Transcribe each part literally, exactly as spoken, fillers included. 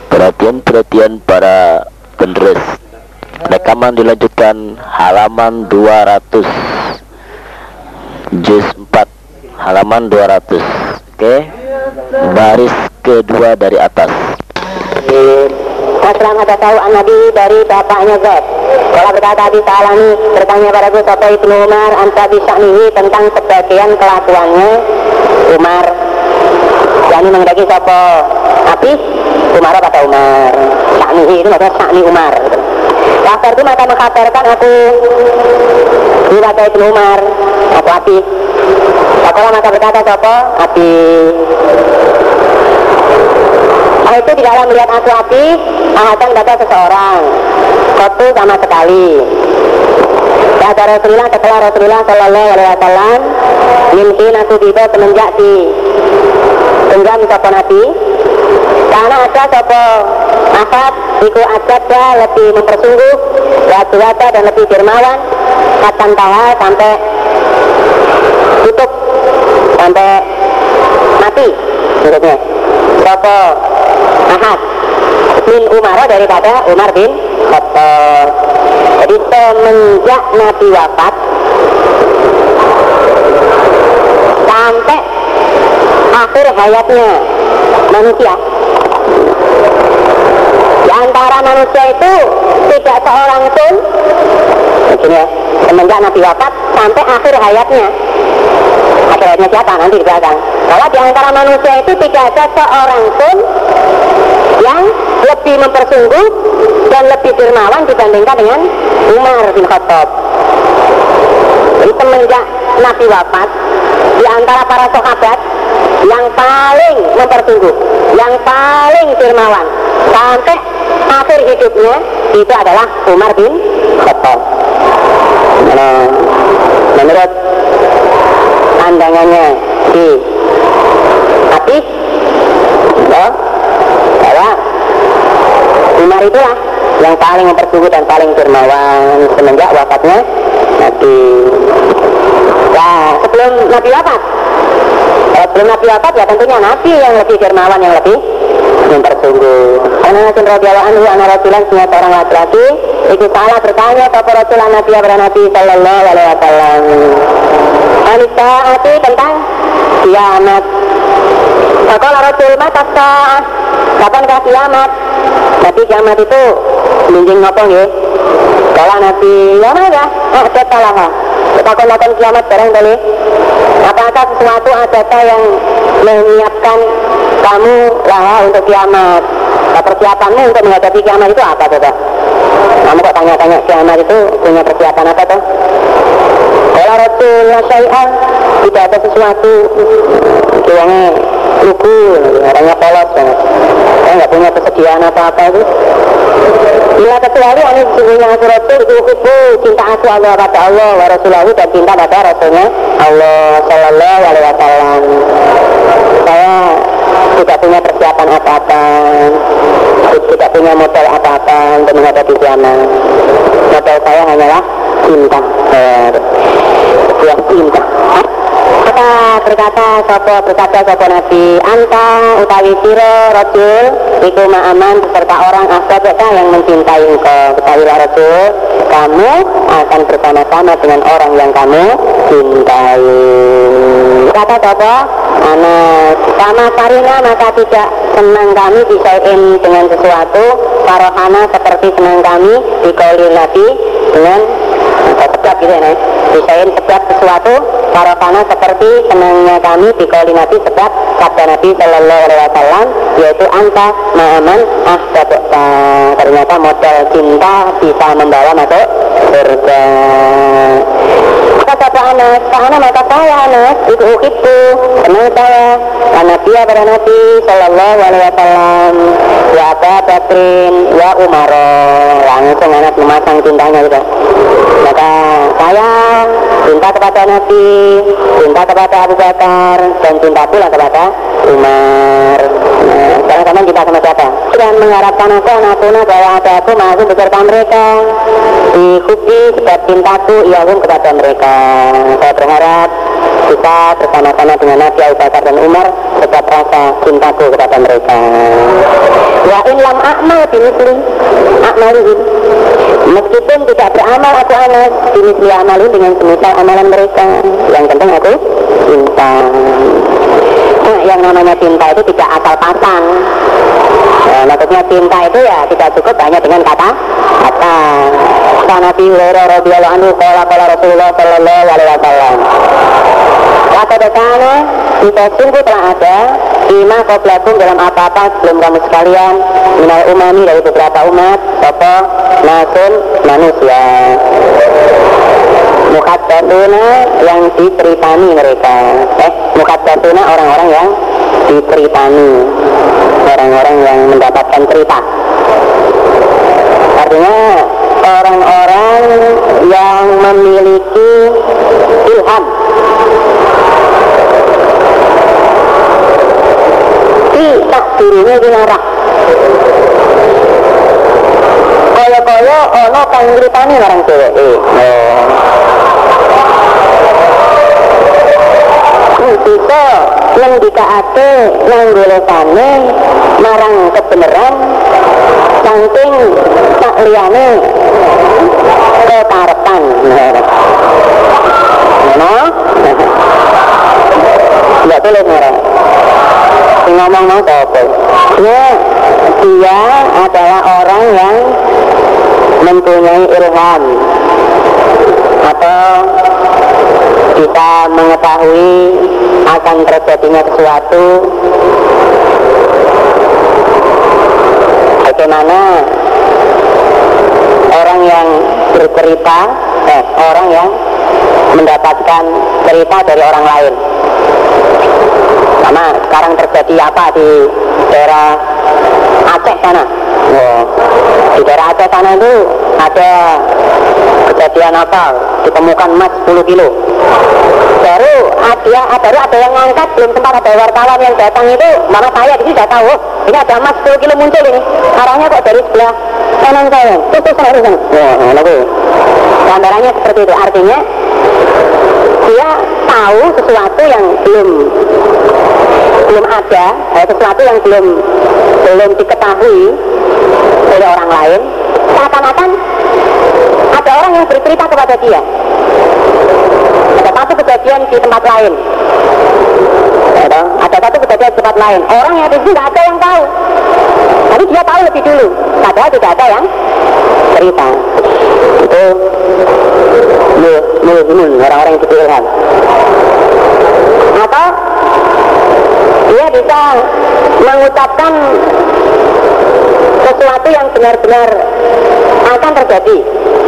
Perhatian-perhatian para penerus, rekaman dilanjutkan halaman dua ratus, juz empat halaman dua ratus. Oke, baris kedua dari atas. Aslam ada tahu an Nabi dari bapaknya Zaid. Kalau berkata di Salani bertanya padaku Sopo Ibnu Umar anta bisya'nihi tentang sebagian kelakuannya Umar. Yani mengendaki Sopo Nabi Umar pada Umar. Sya'nihi itu maksudnya Sya'ni Umar. Waktu itu maka mengkabarkan aku kepada Ibnu Umar, aku Abi. Kalau maka berkata Sopo Abi. Oh, itu tidaklah melihat aku Abi ahadan kata seseorang kotu sama sekali. Kata Rasulullah setelah Rasulullah Sallallahu Alaihi Wasallam mimpi aku tiba semenjak di genggam Sopo Nabi. Karena ada Sopo Asad iku Asad lebih mempersungguh, wajibata dan lebih dermawan, katan taha sampai tutup sampai mati menurutnya. Sopo Ahad bin Umar daripada Umar bin Khattab. Jadi semenjak Nabi wafat sampai akhir hayatnya manusia, di antara manusia itu tidak seorang pun begini ya, semenjak Nabi wafat sampai akhir hayatnya. Akhir hayatnya siapa nanti di belakang. Kalau di antara manusia itu tidak ada seorang pun yang lebih mempersungguh dan lebih dermawan dibandingkan dengan Umar bin Khattab. Jadi semenjak Nabi wafat, di antara para sahabat yang paling mempersungguh, yang paling dermawan sampai akhir hidupnya itu adalah Umar bin Khattab. Nah, menurut pandangannya di hadis, oh, bahwa Umar itulah yang paling mempersungguh dan paling dermawan semenjak wafatnya Nabi. Nah, sebelum Nabi wafat, kalau sebelum Nabi wafat ya tentunya Nabi yang lebih dermawan, yang lebih mempersungguh. Karena Nabi radhiyallahu anhu anak Rasulullah punya seorang laki-laki itu salah bertanya kepada Rasulullah Nabi kepada Nabi Sallallahu Alaihi Wasallam. Alisa'ati tentang kiamat. Kalau Rasul mata sa'ah kapankah kiamat? Nabi kiamat itu minjing ngopong ya. Kalau Nabi ya mana? Ah, ketalah. Takon-takon kiamat barang kali. Apakah sesuatu adakah yang menyiapkan kamu lah untuk kiamat? Nah, persiapanmu untuk menghadapi kiamat itu apa coba? Kamu kok tanya-tanya kiamat itu punya persiapan apa tuh? Kalau Rasulullah syai'an tidak ada sesuatu uangnya lugu, orangnya polos banget. Saya nggak punya persediaan apa-apa itu. Bila kecuali ini sesungguhnya aku Rasul itu ibu cinta aku Allah pada Allah wa Rasulahu dan cinta pada Rasulnya Allah Sallallahu Alaihi Wasallam. Saya tidak punya persiapan apa-apa, tidak punya modal apa-apa untuk menghadapi kiamat. Modal saya hanyalah cinta, sebuah cinta. Kata berkata sopo berkata sopo Nabi anta utawi siro Rasul iku ma'aman beserta orang asbabeka yang mencintai engkau. Ketahuilah Rasul, kamu akan bersama-sama dengan orang yang kamu cintai. Kata sopo anak sama karina maka tidak senang kami disain dengan sesuatu karohana seperti senang kami dikauli Nabi dengan sebab gitu ya, disain sebab sesuatu karokana seperti senangnya kami dikauli Nabi sebab sabda Nabi Sallallahu Alaihi Wasallam yaitu anta ma'aman ahbabta. Ternyata modal cinta bisa membawa masuk surga. Kata Anas, karena maka saya Anas itu itu senang saya karena dia pada Nabi Sallallahu Alaihi Wasallam ya Abu Bakrin ya Umar. Langsung Anas memasang cintanya gitu. Maka saya cinta kepada Nabi, cinta kepada Abu Bakar, dan cinta pula kepada Umar. Nah, sekarang kamu cinta sama siapa? Dan mengharapkan aku anakuna bahwa ada aku masuk beserta mereka di kubi sebab cintaku iahum kepada mereka. Saya berharap kita bersama-sama dengan Nabi, Abu Bakar dan Umar sebab rasa cintaku kepada mereka. Wa in lam bimisli akmalihim. Meskipun tidak beramal aku Anas bimisli amalihim dengan semisal amalan mereka. Yang penting aku cinta. Nah, yang namanya cinta itu tidak asal pasang. Nah, maksudnya cinta itu ya tidak cukup hanya dengan kata kata. Nabi Hurairah radhiyallahu anhu qala qala Rasulullah sallallahu alaihi wasallam. Laqad kana kita sungguh telah ada ima qablakum dalam apa-apa sebelum kamu sekalian minal umami dari beberapa umat apa nasun manusia mukhaddasuna yang diceritani mereka eh mukhaddasuna orang-orang yang diceritani, orang-orang yang mendapatkan cerita, artinya orang-orang yang memiliki ilham. Di takdirnya dinarah kaya-kaya ono kang ngritani marang dheweke. Bisa ngendikake nang golekane marang kebenaran saking tak liyane kekarepan. Ngono? Ya boleh merek. Ngomong mau apa? Ya, dia adalah orang yang mempunyai ilham atau bisa mengetahui akan terjadinya sesuatu, bagaimana orang yang bercerita, eh, orang yang mendapatkan cerita dari orang lain. Sama sekarang terjadi apa di daerah Aceh sana? Wow. Di daerah Aceh sana itu ada kejadian apa? Ditemukan emas sepuluh kilo. Baru ada, baru ada yang ngangkat, belum sempat ada wartawan yang datang itu, mama saya di sini sudah tahu, oh, ini ada emas sepuluh kilo muncul ini. Arahnya kok dari sebelah kanan saya. Tuh tuh sana sana. Wah, lalu gambarannya seperti itu. Artinya dia tahu sesuatu yang belum belum ada, eh, sesuatu yang belum belum diketahui oleh orang lain. Seakan-akan ada orang yang bercerita kepada dia. Ada satu kejadian di tempat lain. Ada, ada satu kejadian di tempat lain. Orang yang di sini tidak ada yang tahu. Tapi dia tahu lebih dulu. Padahal tidak ada yang cerita. Itu mulus-mulus orang-orang yang diberi ilham. Atau dia bisa mengucapkan sesuatu yang benar-benar akan terjadi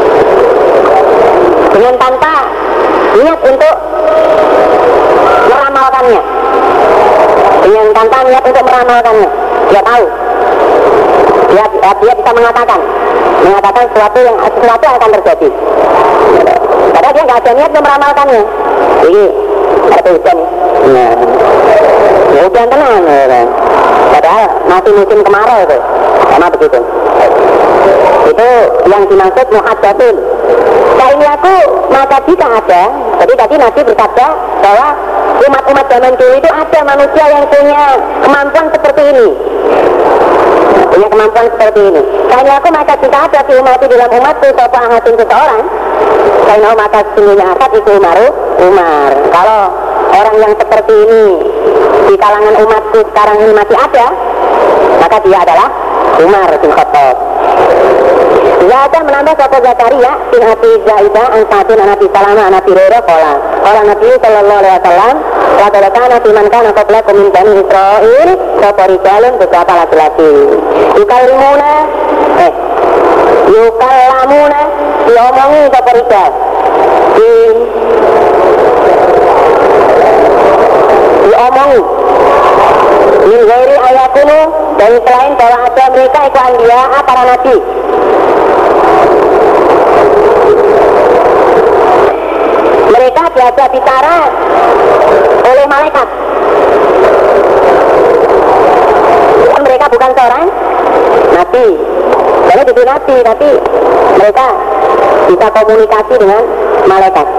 dengan tanpa niat untuk meramalkannya, dengan tanpa niat untuk meramalkannya. Dia tahu, dia, dia bisa mengatakan mengatakan sesuatu yang sesuatu yang akan terjadi, padahal dia nggak ada niat untuk meramalkannya. Jadi ada hujan, nah, hujan tenang, ya. Padahal masih musim kemarau itu, sama begitu. Itu yang dimaksud muhaddatsun. Nah ini aku maka jika ada, jadi tadi Nabi bersabda bahwa umat-umat zaman dulu itu ada manusia yang punya kemampuan seperti ini, punya kemampuan seperti ini. Karena aku maka jika ada di umat di dalam umatku sopa ahatin seseorang, karena maka sesungguhnya akad itu Umaru Umar. Kalau orang yang seperti ini di kalangan umatku sekarang ini masih ada, maka dia adalah Umar bin Khattab. Zaka menambah satu Zakaria bin Abi Zaidah an Sa'din an Abi Salamah an Abi Hurairah qala qala Nabi sallallahu alaihi wasallam la kana fi man kana qablakum min bani Israil safarijalun beberapa laki-laki yukallimuna eh yukallamuna diomongi safarijal di diomongi min ghairi ayakunu, dan selain bahwa ada mereka itu anbiya para nabi. Mereka diajak bicara oleh malaikat. Mereka bukan seorang nabi, jadi itu nabi, tapi mereka bisa komunikasi dengan malaikat.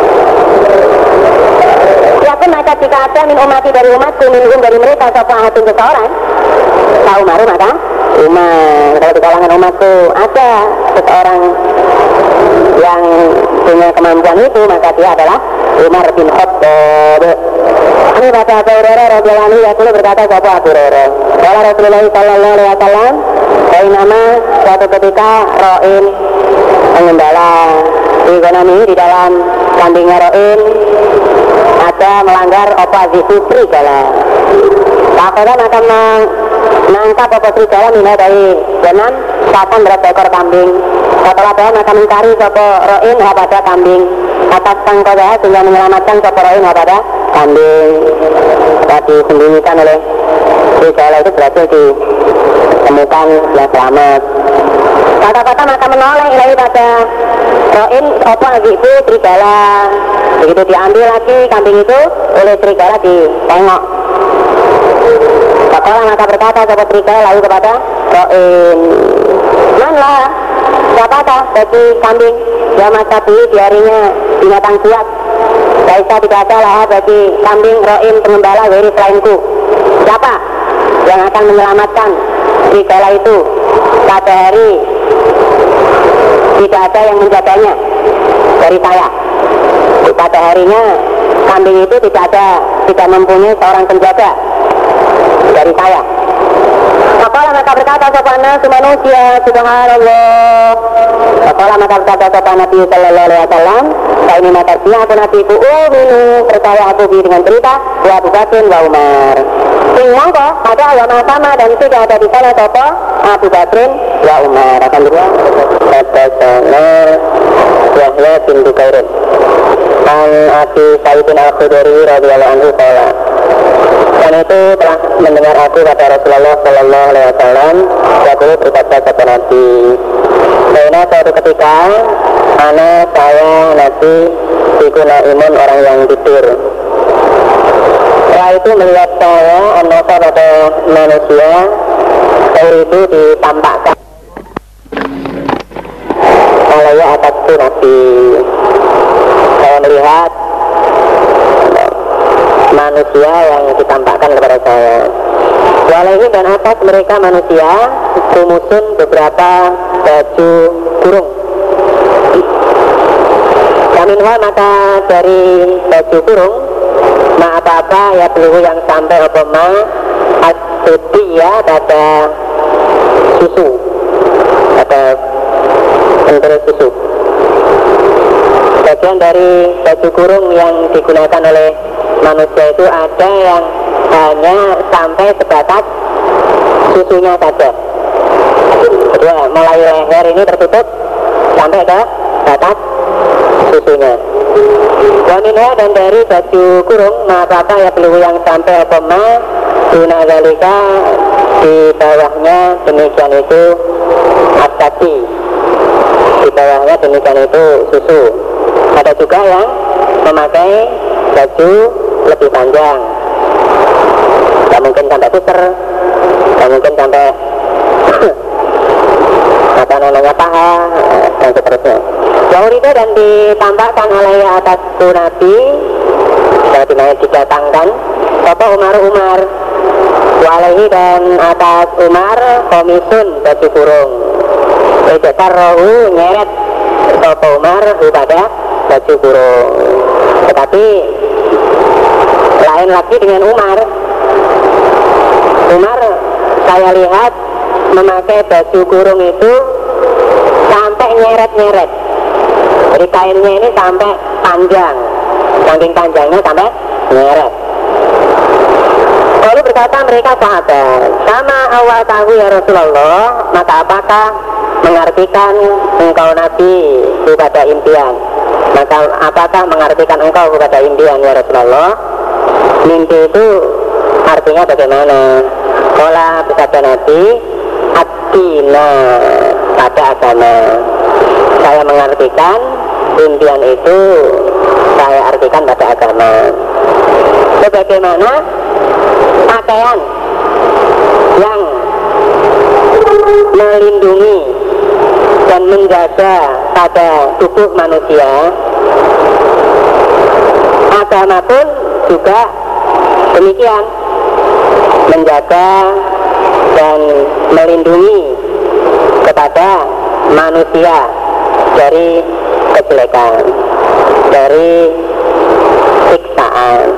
Siapun maka jika ada min umati dari umatku, minhum dari mereka sopahatun seseorang, kaum baru maka Umar. Kalau di kalangan umatku ada seseorang yang punya kemampuan itu, maka dia adalah Umar bin Khattab. Ini kata Abu Hurairah radhiyallahu anhu, yaqulu berkata sapa Abu Hurairah, qala Rasulullah sallallahu alaihi wasallam, bainama suatu ketika Ra'in pengembala di ekonomi di dalam kambingnya Ra'in ada melanggar apa zifu serigala. Pakodan akan menangkap apa serigala mina dari jaman satan berapa ekor kambing. Setelah bahwa akan mencari sopo Ra'in pada kambing atas tangkodah sehingga menyelamatkan sopo Ra'in pada kambing. Tadi disembunyikan oleh serigala itu berhasil ditemukan yang selamat. Kata-kata maka menoleh ilahi pada Ra'in apa itu serigala. Begitu diambil lagi kambing itu oleh serigala ditengok. Pakola maka berkata sopo serigala lalu kepada Ra'in, manlah siapakah bagi kambing yang masa beli di harinya binatang kuat. Laisa tidak ada lah bagi kambing Ra'in pengembala wiri selainku. Siapa yang akan menyelamatkan serigala itu pada hari tidak ada yang menjaganya dari saya. Pada harinya kambing itu tidak ada, tidak mempunyai seorang penjaga dari saya. Maka maka berkata sopana manusia subhanallah. Maka maka berkata sopana Nabi sallallahu alaihi wasallam, saya ini mata dia aku Nabi ku uminu percaya aku dengan berita wa Abu Bakar wa Umar. Sing mongko ada ulama sama dan tidak ada di sana sopo Abu Bakar wa Umar. Akan dua kata sana Yahya bin Bukairin an Abi Sa'idin Al-Khudri radhiyallahu anhu qala, dan itu telah mendengar aku kata Rasulullah sallallahu alaihi wasallam, yaqulu berkata kata Nabi, karena suatu ketika anak saya Nabi dikuna imun orang yang tidur. Setelah itu melihat saya anak pada manusia, saya itu ditampakkan oleh atasku Nabi. Saya melihat manusia yang ditampakkan kepada saya. Walaihi dan atas mereka manusia kumusun beberapa baju kurung. Kaminha maka dari baju kurung ma apa-apa ya peluru yang sampai opoma asudi ya pada susu pada kental susu. Bagian dari baju kurung yang digunakan oleh manusia itu ada yang hanya sampai sebatas susunya saja. Jadi mulai leher ini tertutup sampai ke batas susunya. Waminha dan dari baju kurung maka apa ya peluru yang sampai opoma guna galika di bawahnya demikian itu asati, di bawahnya demikian itu susu. Ada juga yang memakai baju lebih panjang, tak mungkin sampai puter, tak mungkin sampai apa namanya paha dan seterusnya. Wahurida dan ditampakkan oleh atasku Nabi, dan dimana didatangkan Bapak Umar Umar, walehi dan atas Umar komisun baju kurung. Ejakar rohu nyeret Bapak Umar pada baju kurung. Tetapi lain lagi dengan Umar. Umar saya lihat memakai baju kurung itu sampai nyeret-nyeret. Jadi kainnya ini sampai panjang, saking panjangnya sampai nyeret. Lalu berkata mereka sahabat, sama awal tahu ya Rasulullah, maka apakah mengartikan engkau Nabi kepada impian? Maka apakah mengartikan engkau kepada impian ya Rasulullah? Mimpi itu artinya bagaimana? Kola bersabda Nabi, Atina pada agama. Saya mengartikan impian itu saya artikan pada agama. Sebagaimana pakaian yang melindungi dan menjaga pada tubuh manusia, agama pun juga demikian, menjaga dan melindungi manusia dari kejelekan, dari siksaan.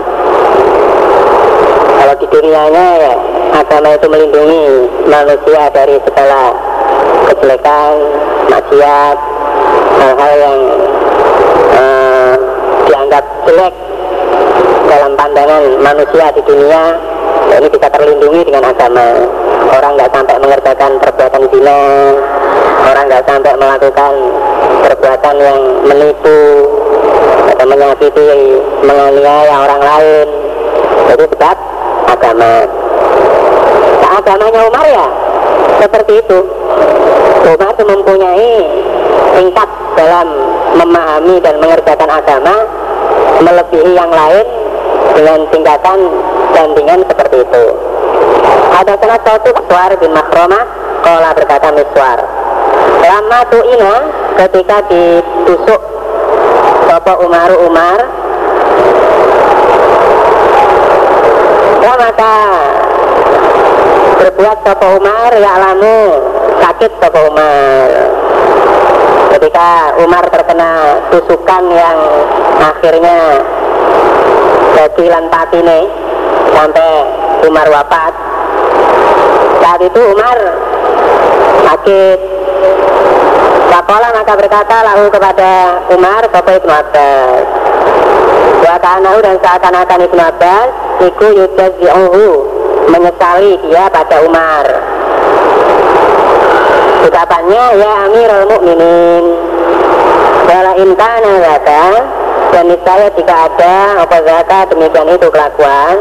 Kalau di dunianya ya agama itu melindungi manusia dari segala kejelekan, maksiat, hal-hal yang uh, dianggap jelek dalam pandangan manusia di dunia. Ini bisa terlindungi dengan agama. Orang nggak sampai mengerjakan perbuatan zina, orang nggak sampai melakukan perbuatan yang menipu atau menyakiti, menganiaya orang lain. Jadi sebab agama. Nah, agamanya Umar ya seperti itu. Umar itu mempunyai tingkat dalam memahami dan mengerjakan agama melebihi yang lain dengan tingkatan bandingan seperti itu. Ada salah satu Miswar bin Makhromah, Qala berkata Miswar, lama tu'ina ketika ditusuk Sopo Umaru Umar, ya maka berbuat Sopo Umar ya alamu sakit Sopo Umar. Ketika Umar terkena tusukan yang akhirnya jadi lantapine sampai Umar wafat, saat itu Umar sakit. Faqala maka berkata lahu kepada Umar Sopo Ibnu Abbas, wa kanahu dan seakan-akan Ibnu Abbas iku yudazi'uhu menyesali dia pada Umar. Ucapannya ya Amirul Mukminin, wala in kana zaka, dan niscaya jika ada apa zaka demikian itu kelakuan,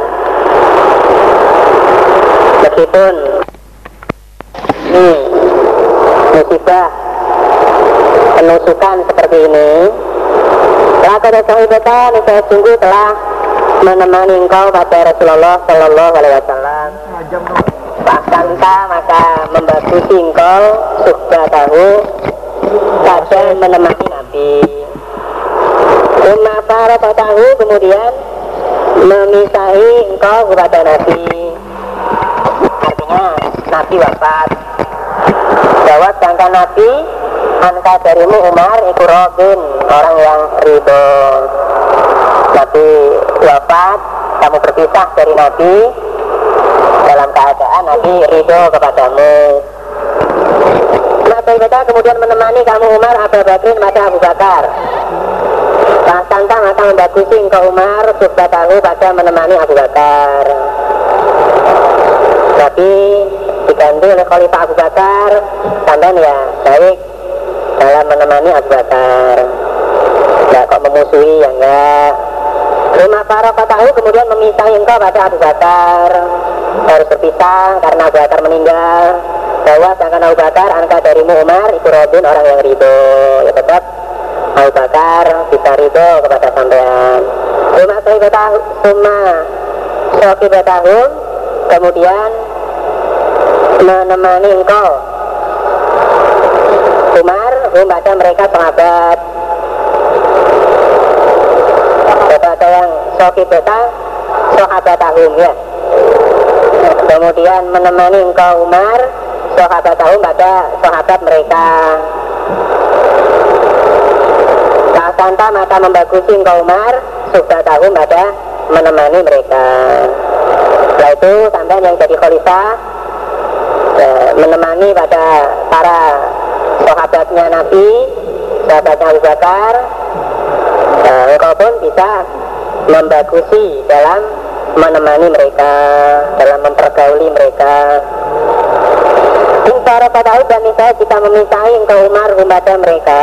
meskipun ini musibah penusukan seperti ini, laqad sahibata niscaya sungguh telah menemani engkau pada Rasulullah Sallallahu Alaihi Wasallam. Bahkanta maka membagusi engkau suhbah tahu pada menemani Nabi. Umma para tahu kemudian memisahi engkau kepada Nabi. Artinya Nabi wafat. Bahwa sedangkan Nabi angka darimu Umar iku robin, orang yang ridho. Nabi wafat, kamu berpisah dari Nabi dalam keadaan Nabi ridho kepadamu. Nabi kita kemudian menemani kamu Umar Abu Bakrin pada Abu Bakar. Santa maka membagusi engkau Umar sudah tahu pada menemani Abu Bakar. Tapi diganti oleh Khalifah Abu Bakar, sampai ya baik dalam menemani Abu Bakar. Tidak kok memusuhi ya enggak. Lima para tahu kemudian memisahi engkau pada Abu Bakar, harus berpisah karena Abu Bakar meninggal. Bahwa sedangkan Abu Bakar angka darimu Umar itu robin, orang yang ridho. Ya tetap Abu Bakar bisa ridho kepada sampean. Lima saya tahu semua Sofi tahun kemudian menemani engkau Umar membaca mereka sahabat. Ada yang Sofi beta sahabat tahun ya. Kemudian menemani engkau Umar sahabat tahun pada sahabat mereka. Santa maka membagusi engkau Umar sudah tahu pada menemani mereka. Setelah itu sampai yang jadi khalifah ya, menemani pada para sahabatnya Nabi, sahabatnya Abu Bakar. Ya, engkau pun bisa membagusi dalam menemani mereka, dalam mempergauli mereka. Para tahu dan saya jika memisahi engkau Umar kepada mereka.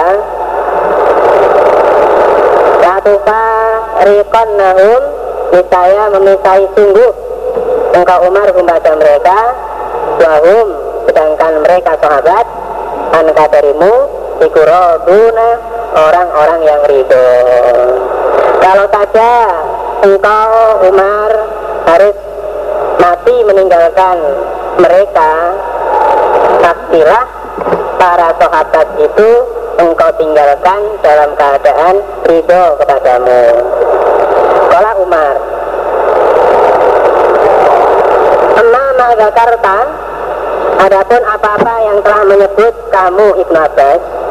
Latufa rikon nahum, niscaya memisahi sungguh engkau Umar kepada mereka. Wahum sedangkan mereka sahabat anka darimu ikuroduna, orang-orang yang ridho. Kalau saja engkau Umar harus mati meninggalkan mereka, pastilah para sahabat itu engkau tinggalkan dalam keadaan ridho kepadamu. Kala Umar, Amma Jakarta, adapun apa-apa yang telah menyebut kamu Ibnu Abbas,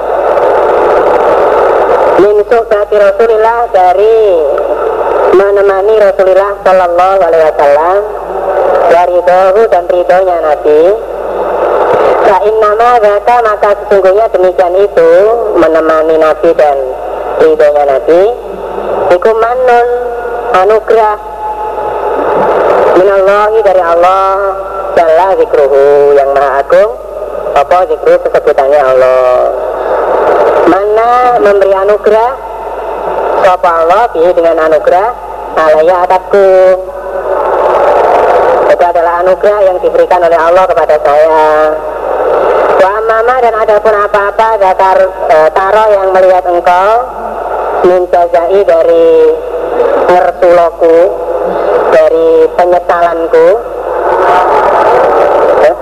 min suhbati Rasulillah, dari menemani Rasulullah Sallallahu Alaihi Wasallam, waridohu dan ridhonya Nabi. Fa'in nama zaka, maka sesungguhnya demikian itu, menemani Nabi dan ridhonya Nabi, iku manun, anugerah minallahi, dari Allah jalla zikruhu, yang maha agung apa zikruh sesebutannya Allah. Mana memberi anugerah sapa Allah bihi, dengan anugerah alaiya atasku. Itu adalah anugerah yang diberikan oleh Allah kepada saya. Wa mama, dan adapun apa-apa zakar e, taro yang melihat engkau min jazai, dari ngersuloku, dari penyesalanku. eh?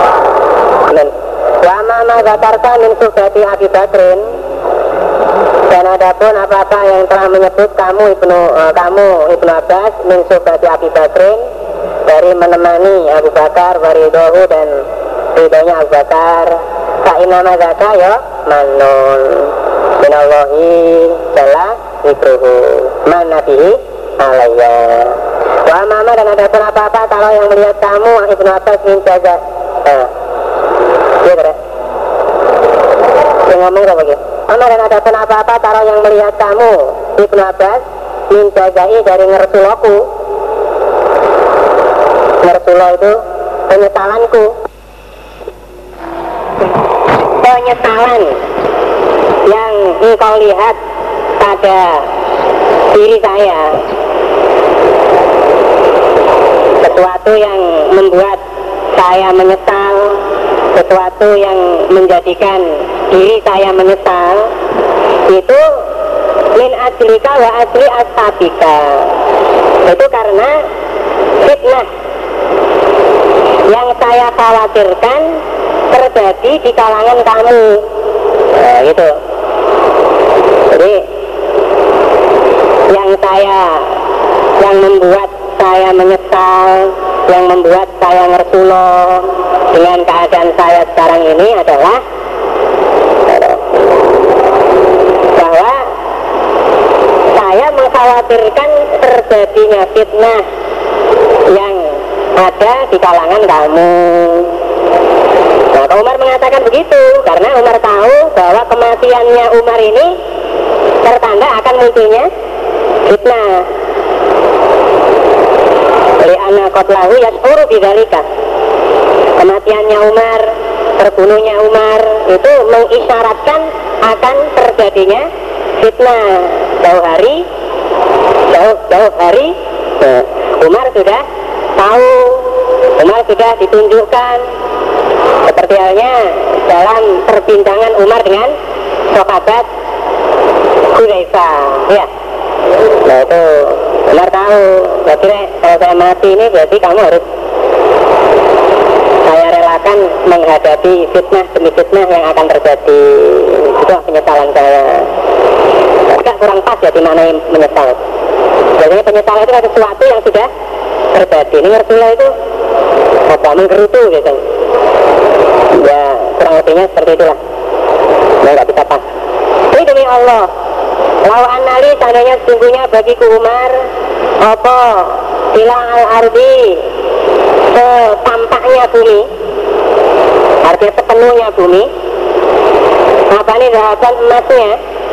Wa mama zakarta min suhbati Abi Bakrin, dan adapun apa-apa yang telah menyebut kamu Ibnu uh, kamu Ibnu Abbas min suhbati Abi Bakrin, dari menemani Abu Bakar, waridohu dan ridhonya Abu Bakar. Fa'inama zaka ya manun minallahi jalla zikruhu man nabihi alaiya. Wa mama, dan adapun apa-apa kalau yang melihat kamu Ibnu Abbas min jaza eh iya terus yang ngomong apa gitu. Mama, dan adapun apa-apa kalau yang melihat kamu Ibnu Abbas min jazai, dari ngersuloku. Ngersulo itu penyesalanku, penyesalan yang engkau lihat pada diri saya, sesuatu yang membuat saya menyesal, sesuatu yang menjadikan diri saya menyesal, itu min ajlika wa ajli ashabika, itu karena fitnah yang saya khawatirkan terjadi di kalangan kamu. Nah, gitu. Jadi yang saya, yang membuat saya menyesal, yang membuat saya ngersulo dengan keadaan saya sekarang ini adalah bahwa saya mengkhawatirkan terjadinya fitnah yang ada di kalangan kamu. Nah, Umar mengatakan begitu karena Umar tahu bahwa kematiannya Umar ini pertanda akan munculnya fitnah. Li'anna qatlahu yash'uru bidzalika. Kematiannya Umar, terbunuhnya Umar itu mengisyaratkan akan terjadinya fitnah. Jauh hari, jauh jauh hari, nah, Umar sudah tahu, Umar sudah ditunjukkan, seperti halnya dalam perbincangan Umar dengan sahabat Hudzaifah, ya. Nah itu Umar tahu, berarti kalau saya mati ini berarti kamu harus saya relakan menghadapi fitnah demi fitnah yang akan terjadi. Itu penyesalan saya. Agak kurang pas ya dimana yang menyesal. Biasanya penyesalan itu sesuatu yang sudah terjadi. Ini ngertula itu apa, menggerutu gitu. Ya kurang lebihnya seperti itulah. Nah, nggak bisa pas. Ini demi Allah, lau anali, seandainya sesungguhnya bagiku Umar apa bilang al-ardi, setampaknya bumi, artinya sepenuhnya bumi, apa ini zahaban emasnya,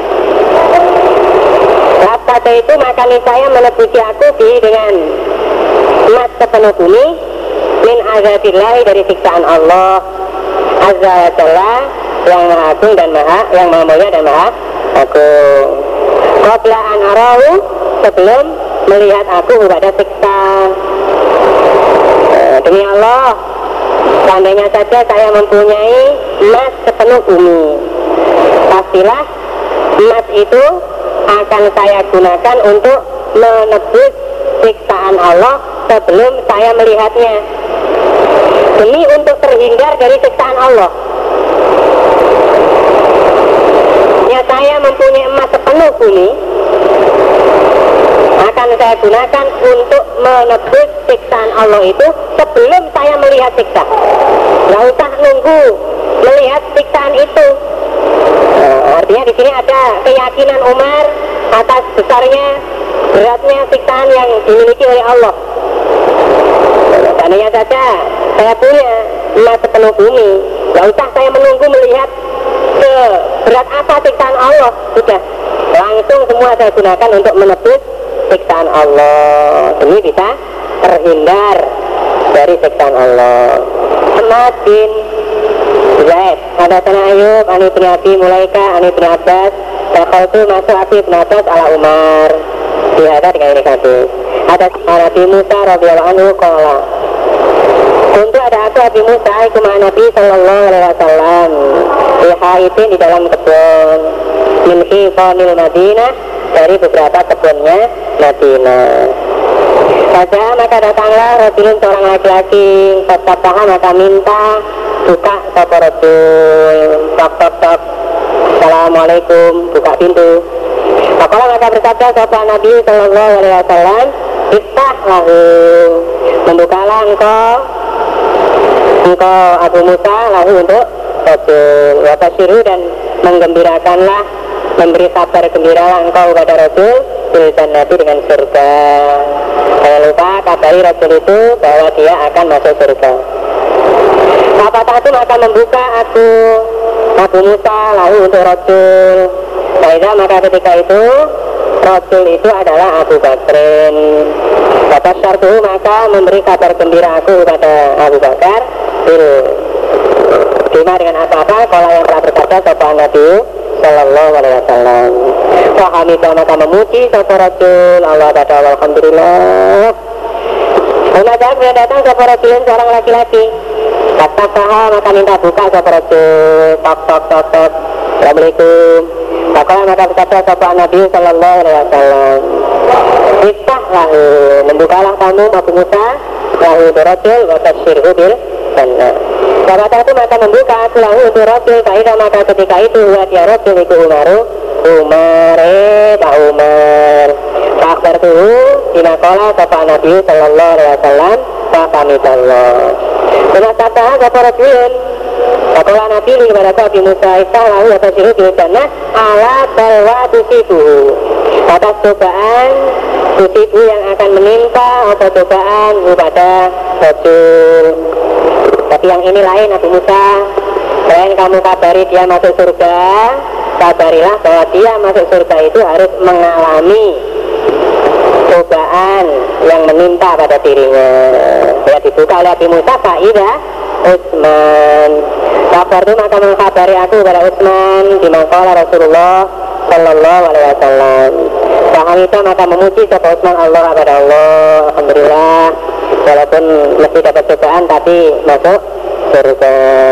kata itu maka saya menebusi aku di dengan emas sepenuh bumi, min azabillahi, dari siksaan Allah azza wa jalla, yang maha agung dan maha, yang maha mulia dan maha agung. Qabla an arahu, sebelum melihat aku pada siksa. E, demi Allah, seandainya saja saya mempunyai emas sepenuh bumi, pastilah emas itu akan saya gunakan untuk menebus siksaan Allah sebelum saya melihatnya, demi untuk terhindar dari siksaan Allah. Ya, saya mempunyai emas sepenuh bumi, akan saya gunakan untuk menebus siksaan Allah itu sebelum saya melihat siksa. Nggak usah nunggu melihat siksaan itu. Nah, artinya Artinya di sini ada keyakinan Umar atas besarnya, beratnya siksaan yang dimiliki oleh Allah. Seandainya saja saya punya emas sepenuh bumi, gak usah saya menunggu melihat seberat apa siksaan Allah, sudah langsung semua saya gunakan untuk menebus siksaan Allah. Ini bisa terhindar dari siksaan Allah. Ahmad bin Zaid, ada Tanah Ayub, Ani bin Abi Mulaika, Ani bin Abbas, Dakal itu masuk Abi bin Abbas ala Umar. Dihadap dengan ini hadis. Ada Nabi Musa radhiyallahu anhu qala. Untuk ada aku Abi Musa iku ma Nabi sallallahu alaihi wasallam. Di di dalam kebun min hifanil Madinah, dari beberapa kebunnya Madinah. Saja maka datanglah Rasulun seorang laki-laki, fataha maka minta buka sapa Rasul, tok tok tok, assalamualaikum, buka pintu. Maka maka bersabda sapa Nabi sallallahu alaihi wasallam, iftah lahu, membukalah engkau engkau Abu Musa lahu untuk Rasul, watasyiru dan menggembirakanlah, memberi kabar gembira engkau kepada Rasul bil jannati dengan surga. Jangan lupa kabari Rasul itu bahwa dia akan masuk surga. Apa itu maka membuka aku Abu Musa lalu untuk Rasul. Baiklah, maka ketika itu Rasul itu adalah Abu Bakrin. Kata syartu maka memberi kabar gembira aku kepada Abu Bakar bil cuma dengan apa-apa kalau yang telah berkata sopan Nabi sallallahu alaihi wasallam. Wahamidah maka memuji sopan Rasul Allah pada alhamdulillah. Kemudian dia datang sopan Rasul seorang laki-laki. Kata saha maka minta buka sopan Rasul. Tok tok tok tok. Assalamualaikum. Maka maka berkata sopan Nabi sallallahu alaihi wasallam. Iftah lahu, membukalah kamu Abu Musa lahu Rasul wa tasyirhu bil jannah. Sahabat itu maka membuka aku lahu untuk Rasul. Kaidah maka ketika itu dia Rasul itu Umaru Umar eh Pak Umar Fakbar tuhu dinakola kepada Nabi sallallahu alaihi wasallam Fakami Allah. Kena kata kepada Rasulun Fakola Nabi kepada Nabi Musa Iftah lahu atas siru bil jannah ala balwa tusibu, atas cobaan tusibu yang akan menimpa atau cobaan kepada Rasul. Tapi yang ini lain Nabi Musa, selain kamu kabari dia masuk surga, kabarilah bahwa dia masuk surga itu harus mengalami cobaan yang menimpa pada dirinya. Ya dibuka oleh Nabi Musa, Faidah Utsman. Kabar itu maka mengkabari aku kepada Utsman di mangkola Rasulullah sallallahu alaihi wasallam. Paham itu maka memuji kepada Utsman Allah kepada Allah. Alhamdulillah, walaupun mesti dapat cobaan tapi masuk surga.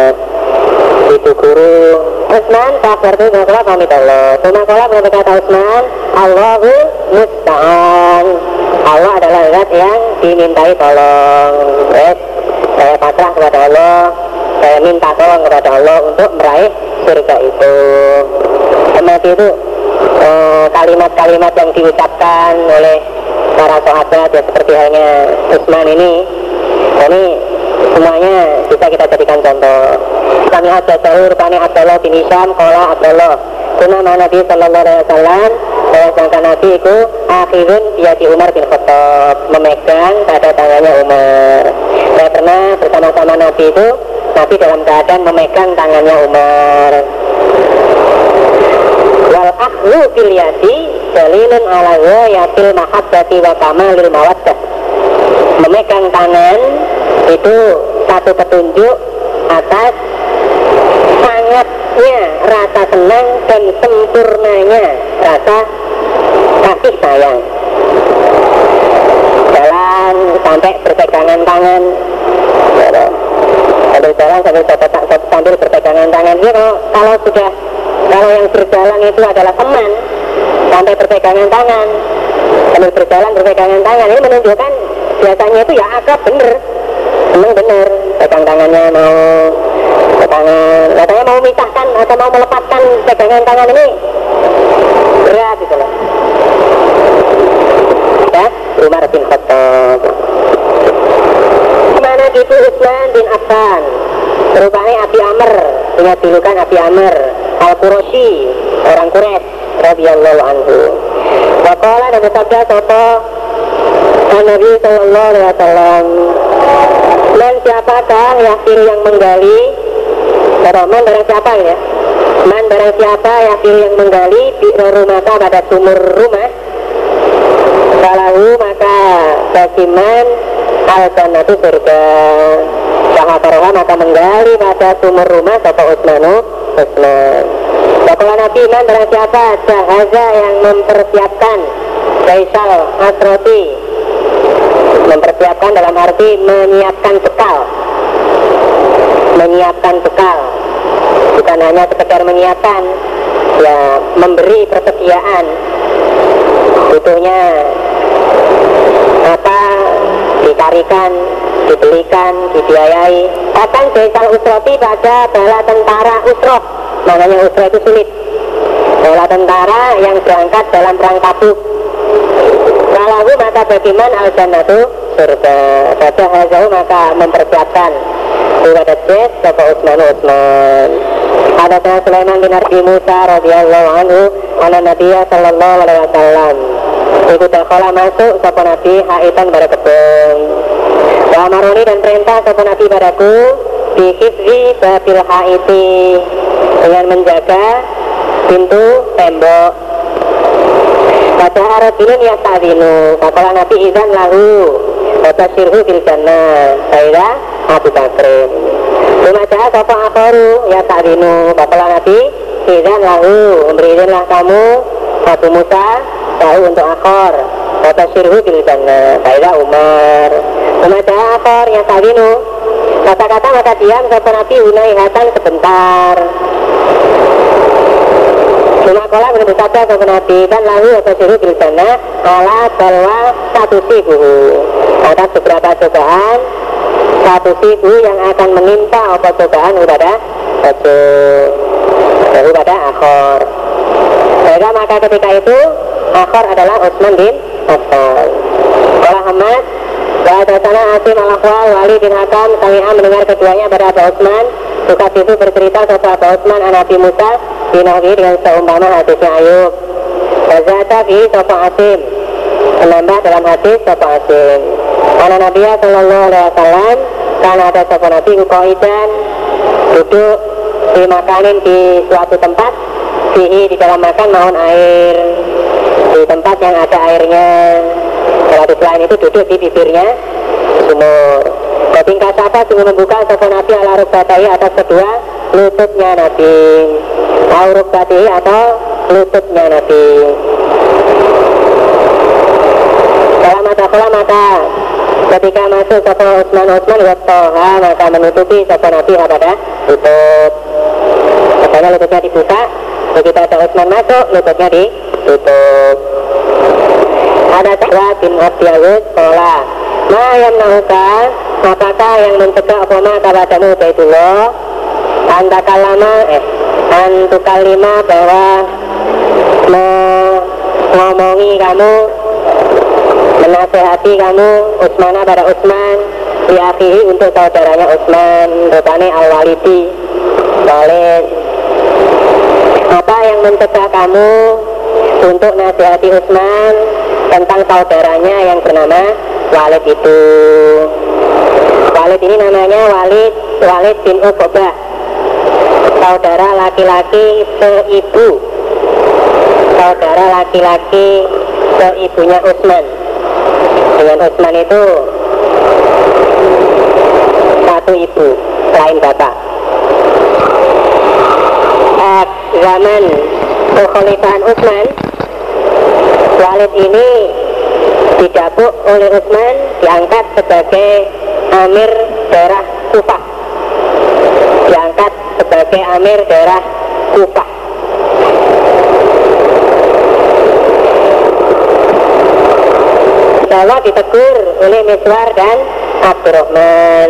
Itu guru Utsman kabar itu mangkola pamit Allah. Mangkola berkata Utsman, Allahu musta'an. Allah adalah zat yang dimintai tolong. Yes. Saya pasrah kepada Allah, saya minta tolong kepada Allah untuk meraih surga itu. Seperti itu kalimat-kalimat eh, yang diucapkan oleh para sahabat ya, seperti halnya Utsman ini. Ini semuanya bisa kita jadikan contoh. Kami ada jauh rupanya Abdullah bin Hisham, kola Abdullah kuna Nabi sallallahu alaihi wasallam, bahwa sangka Nabi itu akhirun dia di Umar bin Khattab, memegang pada tangannya Umar. Saya pernah bersama-sama Nabi itu, Nabi dalam keadaan memegang tangannya Umar. Wal akhlu fil yadi dalilun ala ghayatil mahabbati wa kamalil mawaddah. Memegang tangan itu satu petunjuk atas sangatnya rasa senang dan sempurnanya rasa kasih sayang. Jalan sampai berpegangan tangan, sambil jalan sambil sambil berpegangan tangan. Ini kalau, kalau sudah kalau yang berjalan itu adalah teman sampai berpegangan tangan, sambil berjalan berpegangan tangan, ini menunjukkan biasanya itu ya akrab bener, memang bener. Pegang tangannya mau pegangan, katanya mau memisahkan atau mau melepaskan pegangan tangan ini berat gitu loh. Ya, Umar bin Khattab. Kemana gitu Utsman bin Affan, rupanya Abi Amr punya julukan Abi Amr Al-Qurashi, orang Quraisy radhiyallahu anhu. Waqala dan bersabda sapa Nabi sallallahu alaihi wasallam, man siapakah yakin yang menggali, atau man barang siapa ya, man barang siapa yakin yang menggali di rumah pada sumur rumah, falahu maka bagiman al-jannatu surga. Sahataroha maka menggali pada sumur rumah sapa Utsmanu Utsman. Bakulah Nabi, man barang siapa jahaza yang mempersiapkan Kaisal Asroti, mempersiapkan dalam arti menyiapkan bekal, menyiapkan bekal, bukan hanya sekedar menyiapkan, ya memberi persediaan, butuhnya apa dicarikan, dibelikan, dibiayai. Akan Kaisal Usroti pada bala tentara Usroh, makanya Usroh itu sulit, bala tentara yang berangkat dalam perang Tabuk. Kalau maka bagiman al-jannatu surga. Pada hazahu maka mempersiapkan kepada jes sapa Utsman Utsman. Ada Sayyidina Sulaiman bin Abi Musa radhiyallahu anhu, ana Nabiya sallallahu alaihi wasallam. Iku dakhala masuk sapa Nabi haitan pada kebun. Wa amaroni dan perintah sapa Nabi padaku bi hifzi babil haiti, dengan menjaga pintu tembok. Pada Arabin ya ta'dinu, katalah Nabi izan lahu kata sirhu bil jannah Sayyidah Abu Bakrin. Lumaja sapa akharu ya ta'dinu, katalah Nabi izan lahu, memberi izinlah kamu Abu Musa tahu untuk akhor kata sirhu bil jannah Sayyidah Umar. Lumaja akhor ya ta'dinu, kata-kata maka diam sapa Nabi unaihatan sebentar. Cuma kola bersabda kepada Nabi dan lalu atau suruh bil jannah ala balwa satu sibu, atas beberapa cobaan satu sibu yang akan menimpa apa cobaan kepada ojo kepada akhor. Sehingga maka ketika itu akhor adalah Utsman bin Affan. Kola Hamad wa datana Asim al-Akhwal Wali bin Hakam kami mendengar keduanya pada Abu Utsman suka itu bercerita soal Abu Utsman an Nabi Musa binahwi dengan seumpama hadisnya Ayub. Wazata fi sopa Asim, menambah dalam hadis sopa Asim. Karena Nabi sallallahu alaihi wasallam karena ada sopa Nabi uqaidan duduk di makanin di suatu tempat, fihi di dalam makan maun air, di tempat yang ada airnya. Kalau selain itu duduk di bibirnya sumur. Ketika siapa sungguh membuka sopa Nabi ala rukbatai atas kedua lututnya Nabi, au rukbati atau lututnya Nabi. Dalam mata mata ketika masuk sopa Utsman Utsman wattoha maka menutupi sopa Nabi pada lutut. Makanya lututnya dibuka. Begitu ada Utsman masuk, lututnya ditutup. Ada Sa'wa bin Abdiyawud pola ma yamna'uka, apakah yang mencegah apa ma kepadamu Ubaidullah antakalama eh antukalima bahwa mengomongi kamu, menasehati kamu Utsmana pada Utsman diakhihi untuk saudaranya Utsman rupane al-Walidi Walid. Apa yang mencegah kamu untuk nasihati Utsman tentang saudaranya yang bernama Walid itu? Walid ini namanya Walid Walid bin Uqbah, saudara laki-laki seibu, saudara laki-laki seibunya Utsman. Dengan Utsman itu satu ibu selain bapak. At zaman kekhalifahan Utsman, Walid ini didapuk oleh Utsman, diangkat sebagai amir daerah Kufah, diangkat sebagai amir daerah Kufah. Allah ditegur oleh Miswar dan Abdurrahman.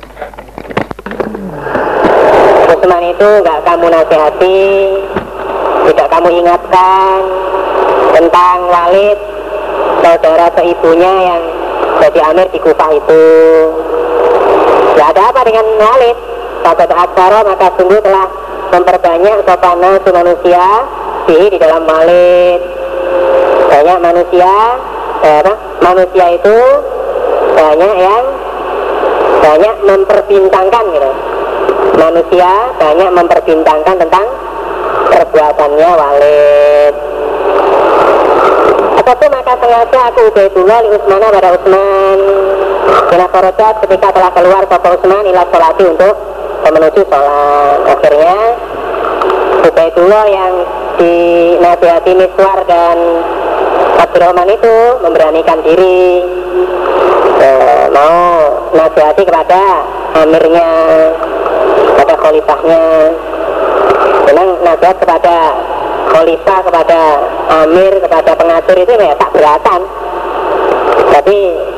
Utsman itu gak kamu nasihati, tidak kamu ingatkan tentang Walid, saudara seibunya yang jadi amir di Kufah itu. Ya ada apa dengan Walid, Pada aksara maka sungguh telah memperbanyak sopana su manusia di dalam walid. Banyak manusia, eh, apa? Manusia itu banyak yang banyak memperbintangkan gitu. Manusia banyak memperbintangkan tentang perbuatannya walid. Ataupun maka sengaja aku Ubaidullah li Utsmana pada Utsman. Bila korojat ketika telah keluar Bapak Utsman ila sholati untuk menuju sholat. Akhirnya Ubaidullah yang dinasihati Miswar dan Abdurrahman itu memberanikan diri, e, mau nasihati kepada amirnya, kepada khalifahnya. Memang nasihat kepada khalifah, kepada amir, kepada pengatur itu ya tak beratan, tapi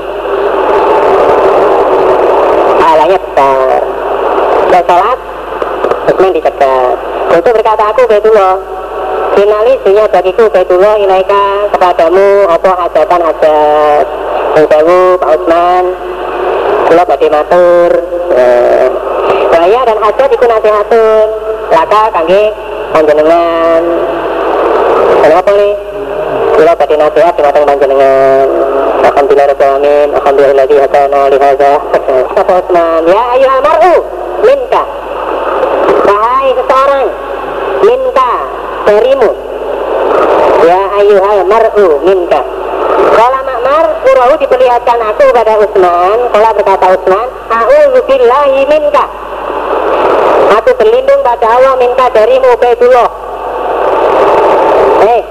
pahalanya besar. Dan sholat Utsman dicegat. Itu berkata aku Ubaidullah, finali dunia bagiku Ubaidullah ilaika kepadamu apa hajatan hajat Unsewu Pak Utsman kula badhe matur saya dan hajat iku nasihatun laka kangge panjenengan. Kenapa nih? Kula badhe nasihat dumateng panjenengan. Alhamdulillah rabbil alamin, alhamdulilladzi hadana li hadza. Pak Utsman, ya ayyuhal mar'u minka, wahai seseorang, minka darimu, ya ayyuhal mar'u minka. Kala Ma'mar Urahu diperlihatkan aku pada Utsman. Kala berkata Utsman, a'udzu billahi minka, aku berlindung pada Allah minka darimu Ubaidullah. Eh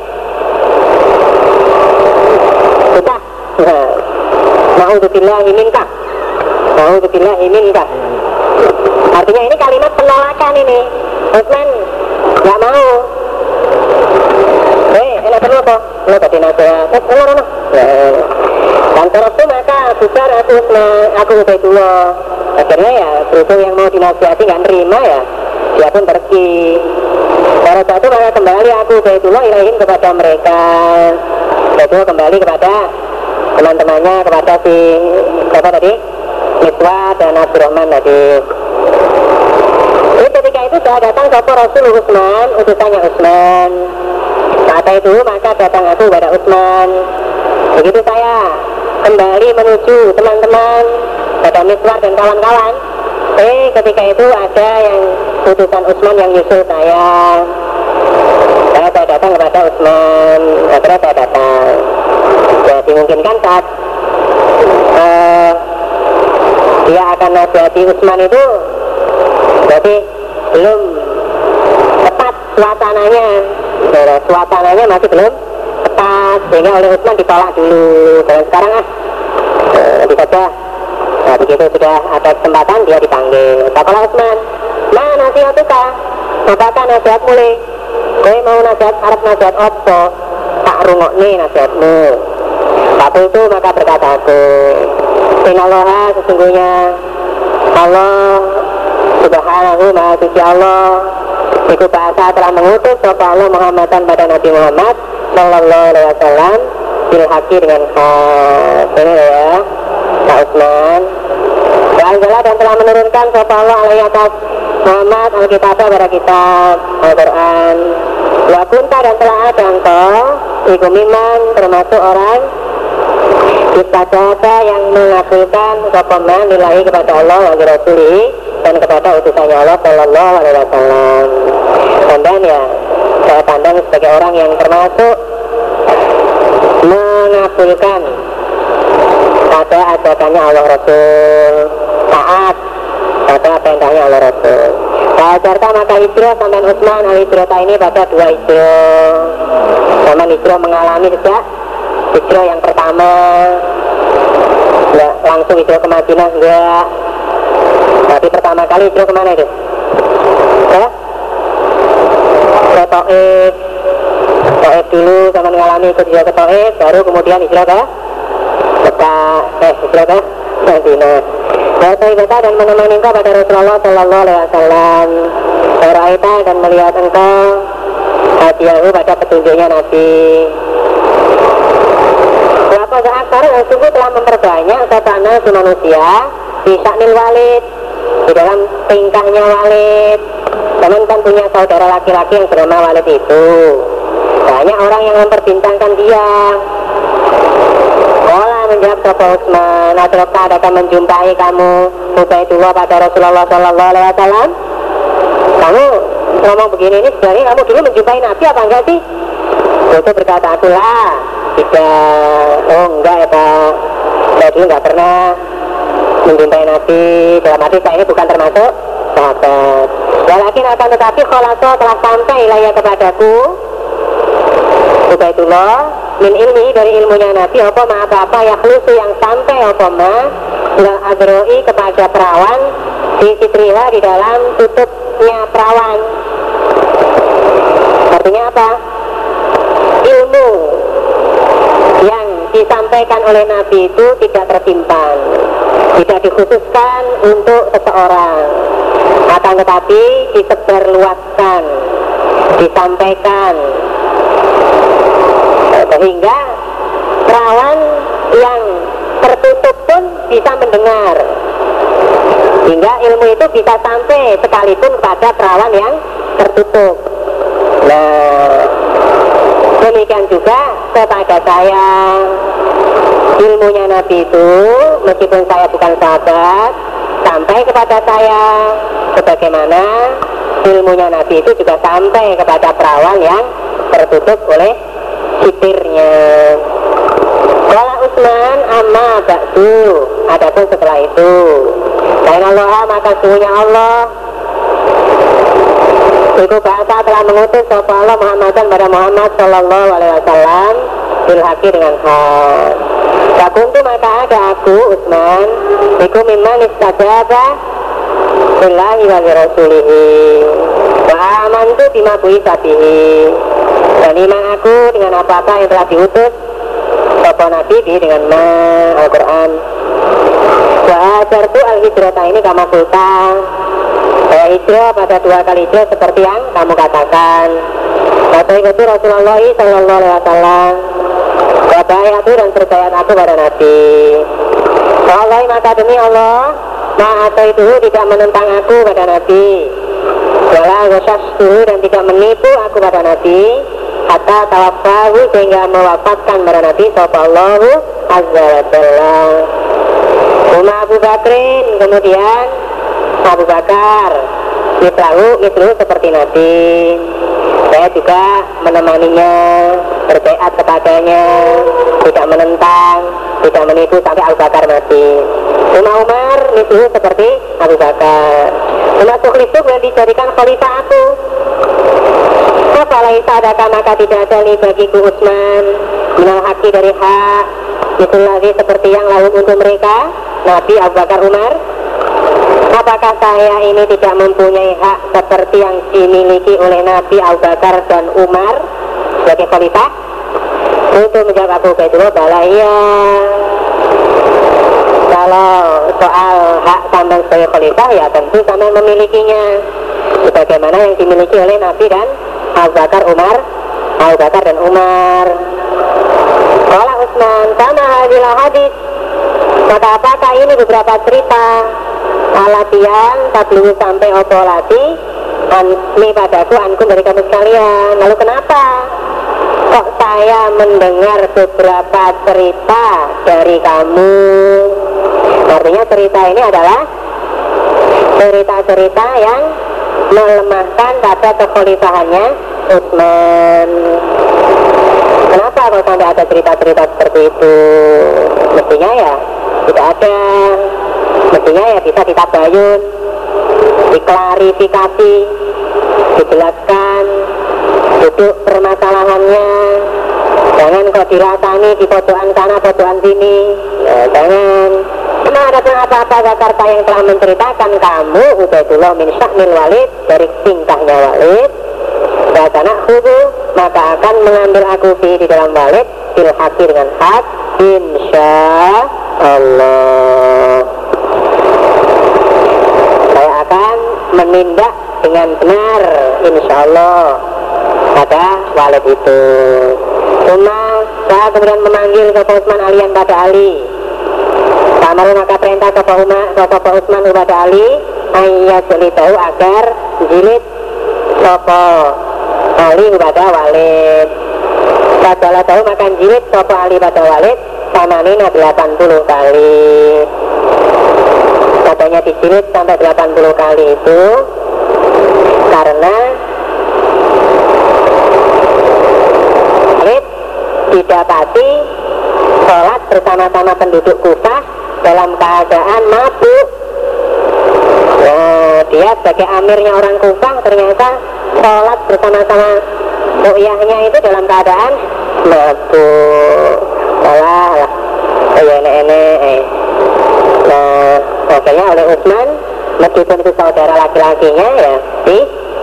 sudah, a'udzu billahi minka, a'udzu billahi minka. Artinya ini kalimat penolakan ini. Utsman nggak mau. Eh, enak perlu apa? Lo tadi nasihat. Eh, enak enak. Dan terus itu maka besar aku Utsman, aku Ubaidullah. Akhirnya ya berhubung yang mau dinasihati nggak nerima ya, dia pun pergi. Pada saat itu maka kembali aku Ubaidullah ilahin kepada mereka. Itu kembali kepada teman-temannya, kepada si siapa tadi? Miswar dan Abdurrahman tadi. Jadi ketika itu sudah datang sopo Rasul Utsman, utusannya Utsman. Saat itu maka datang aku pada Utsman. Begitu saya kembali menuju teman-teman pada Miswar dan kawan-kawan. Eh ketika itu ada yang utusan Utsman yang nyusul saya. Saya, saya datang kepada Utsman. Akhirnya saya datang. Ya dimungkinkan saat uh, dia akan nasihati Utsman itu jadi belum tepat suasananya, ya, suasananya masih belum tepat sehingga oleh Utsman ditolak dulu. Dan sekarang ah nanti saja. Nah begitu sudah ada kesempatan dia dipanggil. Kepala Utsman, mana nasihatuka? Apakah nasihat mulai? Kowe mau nasihat Arab nasihat apa? Tak rungokne nasihatmu. Waktu itu maka berkata aku, Innallaha sesungguhnya Allah Subhanahu Maha Suci Allah iku bahasa telah mengutus sapa Allah Muhammadan pada Nabi Muhammad sallallahu alaihi wasallam bil haqi dengan hak. Ini ya Pak Utsman. Dan dan telah menurunkan sapa Allah alaihi atas Muhammad Alkitab pada kitab Al-Quran. Wa kunta dan telah ada engkau iku miman termasuk orang Istajata yang mengakilkan sopaman lillahi kepada Allah wa Rasuli dan kepada utusannya Allah sallallahu alaihi wasallam. Dan ya saya pandang sebagai orang yang termasuk mengabulkan pada ajakannya Allah Rasul, taat pada perintahnya Allah Rasul. Fajarta maka hijrah sampai Utsman al-hijrata ini pada dua hijrah. Sama hijrah mengalami sejak hijrah yang pertama, enggak langsung hijrah ke Madinah, enggak. Tapi pertama kali hijrah kemana itu? Ya? Ke Taif. Taif dulu sama mengalami ikut hijrah ke Taif, baru kemudian hijrah ke Mekah, eh hijrah ke Madinah. Taif dan menemani engkau pada Rasulullah Sallallahu Alaihi Wasallam. Raita dan melihat engkau hadiahu pada petunjuknya Nabi. Pada akhir yang sungguh telah memperbanyak satana si manusia di syaknil walid di dalam tingkahnya Walid. Teman kan punya saudara laki-laki yang bernama Walid itu. Banyak orang yang memperbincangkan dia. Olah menjawab Sopo Utsman, adrokta adakah menjumpai kamu Ubaidullah pada Rasulullah Sallallahu Alaihi Wasallam? Kamu ngomong begini ini sebenarnya kamu dulu menjumpai Nabi apa enggak sih? Itu berkata akulah tidak. Oh enggak ya Pak, saya dulu enggak pernah menjumpai Nabi. Dalam arti saya ini bukan termasuk sahabat. Walakin akan tetapi kholaso telah sampai ilayah kepadaku Ubaidullah min ilmi dari ilmunya Nabi apa ma apa-apa ya khlusu yang sampai apa ma ilal adroi kepada perawan di sitriha di dalam tutupnya perawan. Artinya apa? Ilmu yang disampaikan oleh Nabi itu tidak tersimpan, tidak dikhususkan untuk seseorang, akan tetapi disebarluaskan, disampaikan, sehingga perawan yang tertutup pun bisa mendengar, hingga ilmu itu bisa sampai sekalipun pada perawan yang tertutup. Nah, demikian juga kepada saya ilmunya Nabi itu, meskipun saya bukan sahabat, sampai kepada saya sebagaimana ilmunya Nabi itu juga sampai kepada perawan yang tertutup oleh sitirnya. Wala Utsman amma ba'du, adapun setelah itu lain Allah maka sungguhnya Allah Iku bahasa telah mengutus sapa Allah Muhammadan pada Muhammad Sallallahu Alaihi Wasallam bil haqi dengan hak. Takuntu maka ada aku Utsman iku mimman istajaba billahi wa rasulihi wa amantu bima bu'itsa bihi, dan iman aku dengan apa-apa yang telah diutus sapa Nabi dengan ma Al-Qur'an. Wa ajartu al-hijrata ini kama sultan, saya hijrah pada dua kali hijrah seperti yang kamu katakan. Kata itu Rasulullah Sallallahu Alaihi Wasallam, wabayatu dan percayaan aku pada Nabi. Allah maka demi Allah, ma'ata itu tidak menentang aku pada Nabi, wala wasastuhu dan tidak menipu aku pada Nabi, hatta tawafahu sehingga mewafatkan pada Nabi sallallahu azza wa jalla. Umar Abu Bakrin, kemudian Abu Bakar, mislahu, mislahu seperti Nabi. Saya juga menemaninya, berbeat kepadanya, tidak menentang, tidak menipu sampai Abu Bakar mati. Umar Umar, mislahu seperti Abu Bakar. Umar Tukhlisuk yang dijadikan khalifah aku. Apalagi adakah maka tidak ada li bagiku Utsman minal haqi dari hak, itu lagi seperti yang lalu untuk mereka Nabi Abu Bakar Umar. Apakah saya ini tidak mempunyai hak seperti yang dimiliki oleh Nabi Abu Bakar dan Umar sebagai khalifah? Untuk menjawab Abu Ubaidullah, bala iya. Kalau soal hak sampean sebagai khalifah ya tentu sampean memilikinya sebagaimana yang dimiliki oleh Nabi dan Abu Bakar Umar, Abu Bakar dan Umar. Qala Utsman, sama hadilah hadis. Maka apakah ini beberapa cerita alatian tablu sampai opolati ini padaku ankum dari kamu sekalian. Lalu kenapa kok saya mendengar beberapa cerita dari kamu? Artinya cerita ini adalah cerita-cerita yang melemahkan pada kekhalifahannya Utsman. Kenapa kalau sampai ada cerita-cerita seperti itu? Mestinya ya tidak ada. Mestinya ya bisa ditabayun, diklarifikasi, dijelaskan duduk permasalahannya. Jangan kok dirasani di pojokan sana, pojokan sini. Ya, jangan. Karena ada apa-apa Jakarta yang telah menceritakan kamu Ubaidullah min sya'nil Walid dari tingkahnya Walid. Bahasana khudu maka akan mengambil aku di dalam Walid bil haqi dengan hak insya Allah. Saya akan menindak dengan benar insya Allah pada Walid itu. Cuma saya kemudian memanggil Sopo Utsman alian pada Ali. Kamar maka perintah Sopo Umar, Sopo Utsman kepada Ali ayat tahu agar jilid sopo Ali pada Walid. Padahal tahu makan jilid sopo Ali pada Walid sama nina delapan puluh kali. Katanya dijilid sampai delapan puluh kali itu karena Walid didapati sholat bersama-sama penduduk Kufah dalam keadaan mabuk. Nah, dia sebagai amirnya orang Kufah ternyata sholat bersama-sama ru'yahnya itu dalam keadaan mabuk. Salah lah, ya enek-enek. Eh. Nah, akhirnya oleh Utsman, meskipun itu saudara laki-lakinya ya di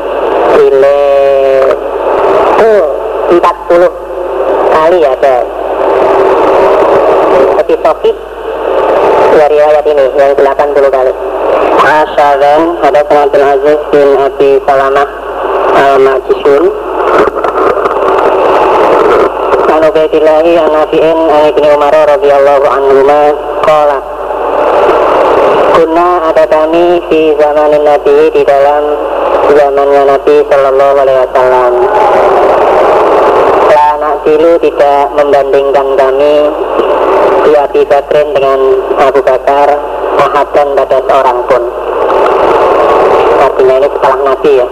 jilid tuh empat puluh kali ada. Seperti Soki dari riwayat ini yang delapan puluh kali. Asy'adan ada Abdul Aziz bin Abi Salamah al-Majishun an Ubaidillahi an Nafi'in an Ibnu Umar radhiyallahu anhuma qala kunna ada kami di zamanin Nabi di dalam zamannya Nabi sallallahu alaihi wasallam. La na'dilu tidak membandingkan kami di Abi Bakrin dengan Abu Bakar ahadan pada seorang pun. Artinya ini setelah Nabi ya.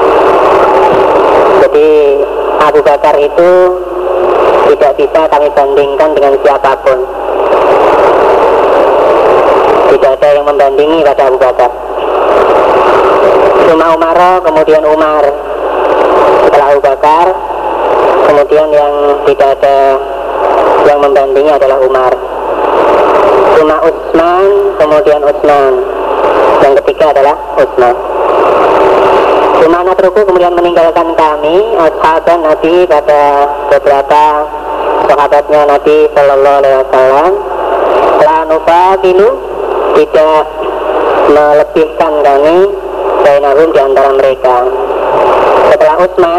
Jadi Abu Bakar itu tidak bisa kami bandingkan dengan siapapun. Tidak ada yang membandingi pada Abu Bakar. Cuma Umar, kemudian Umar, setelah Abu Bakar, kemudian yang tidak ada yang membandingi adalah Umar. Cuma Utsman, kemudian Utsman, yang ketiga adalah Utsman. Cuma Natruku kemudian meninggalkan kami ashaban Nabi pada beberapa sahabatnya Nabi Sallallahu Alaihi Wasallam. La nufadilu tidak melebihkan kami bainahum di antara mereka. Setelah Utsman,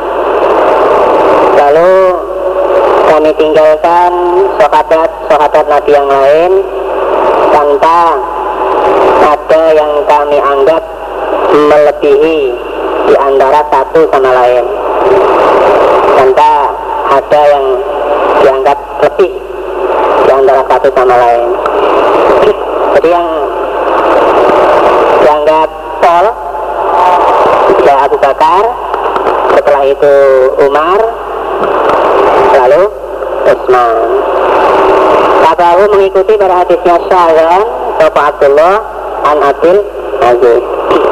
lalu kami tinggalkan sahabat-sahabat Nabi yang lain tanpa ada yang kami anggap melebihi di antara satu sama lain, tanpa ada yang dianggap lebih di antara satu sama lain. Jadi yang dianggap Pol ya Abu Bakar, setelah itu Umar, lalu Utsman. Tabahu mengikuti pada hadisnya Syahran Bapak Abdullah an Abil Aziz.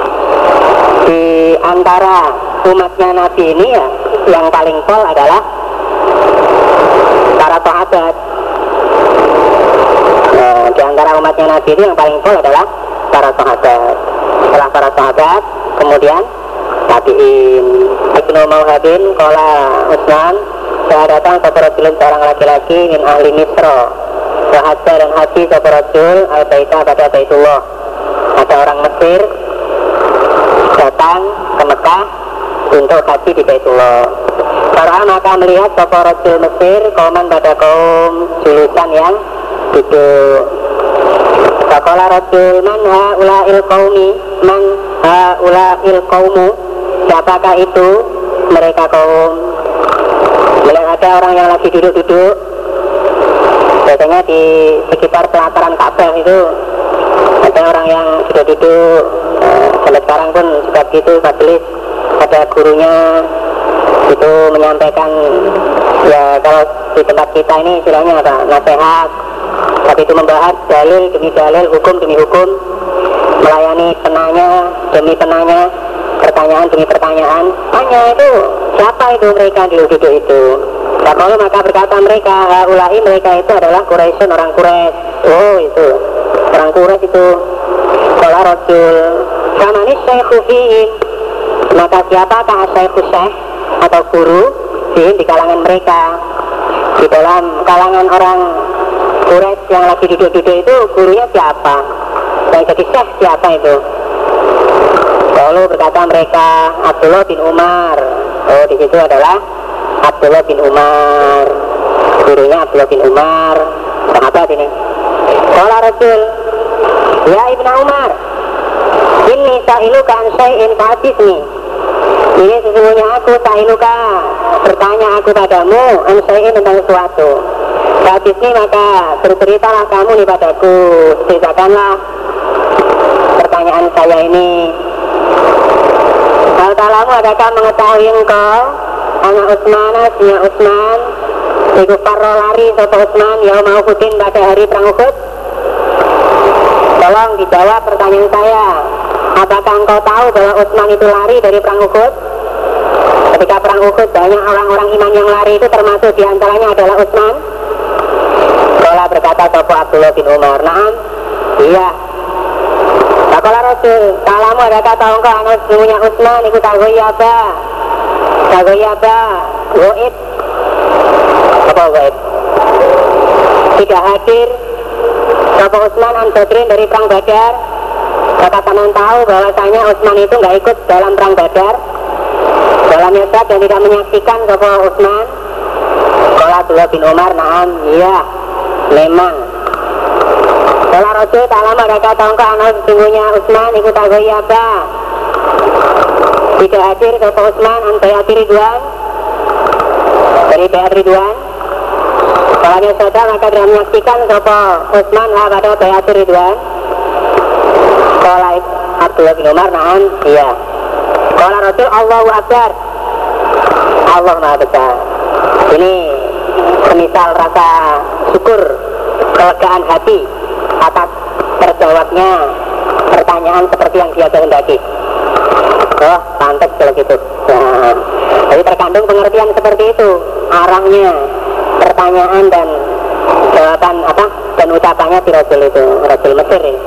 Di antara umatnya Nabi ini ya yang paling pol adalah para sahabat. Nah, di antara umatnya Nabi ini yang paling pol adalah para sahabat. Setelah para sahabat, kemudian tabi'in. Ibnu Mawhabin qala Utsman, saya datang kepada seorang laki-laki min ahli Misra. Bahasa dan haji kepada al-Baitah pada Baitullah. Ada orang Mesir datang ke Mekah untuk haji di Baitullah. Para maka melihat kepada Mesir kauman pada kaum julusan yang duduk. Faqala rajul man haula'il qaumi man haula'il qaumu, siapakah itu mereka kaum. Melihat ada orang yang lagi duduk-duduk, biasanya di sekitar pelataran Ka'bah itu ada orang yang sudah duduk. Nah, sampai sekarang pun juga begitu, majelis ada gurunya itu menyampaikan, ya kalau di tempat kita ini istilahnya apa, nasihat, tapi itu membahas dalil demi dalil, hukum demi hukum, melayani penanya demi penanya, pertanyaan demi pertanyaan. Tanya itu siapa itu mereka di duduk itu. Nah, kalau maka berkata mereka, ulai mereka itu adalah Quraisyun, orang Quraisy. Oh itu orang Quraisy itu. Kalau Rasul Kamani Syekhu fihim, maka siapakah Syekhu Syekh atau guru fihim di kalangan mereka. Di dalam kalangan orang Quraisy yang lagi duduk-duduk itu gurunya siapa? Yang jadi Syekh siapa itu? Lalu berkata mereka Abdullah bin Umar. Oh di situ adalah Abdullah bin Umar, gurunya Abdullah bin Umar, sahabat ini. Qala Rasul, ya Ibnu Umar, Ini sa'iluka an syai'in fa'atisni. Ini sesungguhnya aku sa'iluka, bertanya aku padamu an syai'in tentang sesuatu. Fa'atisni, maka berceritalah kamu nih padaku, ceritakanlah pertanyaan saya ini. Hal talamu, adakah mengetahui engkau anak Utsman, asnya Utsman, iku parro lari sopo Utsman yauma Uhudin pada hari perang Uhud? Tolong dijawab pertanyaan saya. Apakah engkau tahu bahwa Utsman itu lari dari perang Uhud? Ketika perang Uhud banyak orang-orang iman yang lari, itu termasuk diantaranya adalah Utsman. Sekolah berkata sopo Abdullah bin Umar, naam, iya. Sekolah Rasul, kalamu adakah tahu engkau anak sesungguhnya Utsman ikut tagoyaba, tagoyaba, goib, apa goib? Tidak hadir sopo Utsman an Badrin dari perang Badar. Kata teman tahu bahwasanya Utsman itu nggak ikut dalam perang Badar, dalam yasad dan tidak menyaksikan sopo Utsman. Sekolah Abdullah bin Umar, naam, iya, memang. Sekolah Rasul, tak lama mereka tahu ke anak sesungguhnya Utsman ikut tagoyaba, tidak hadir sopo Utsman an Bayat Ridwan dari Bayat Ridwan. Kalau yasad maka tidak menyaksikan sopo Utsman lah pada Bayat Ridwan. Sekolah Abdullah bin Umar, naam, iya. Sekolah Rasul, Allahu Akbar, Allah Maha Besar. Ini semisal rasa syukur, kelegaan hati atas terjawabnya pertanyaan seperti yang dia kehendaki. Oh, pantas kalau gitu. Nah, jadi terkandung pengertian seperti itu arahnya pertanyaan dan jawaban apa dan ucapannya di Rasul itu, Rasul Mesir ini.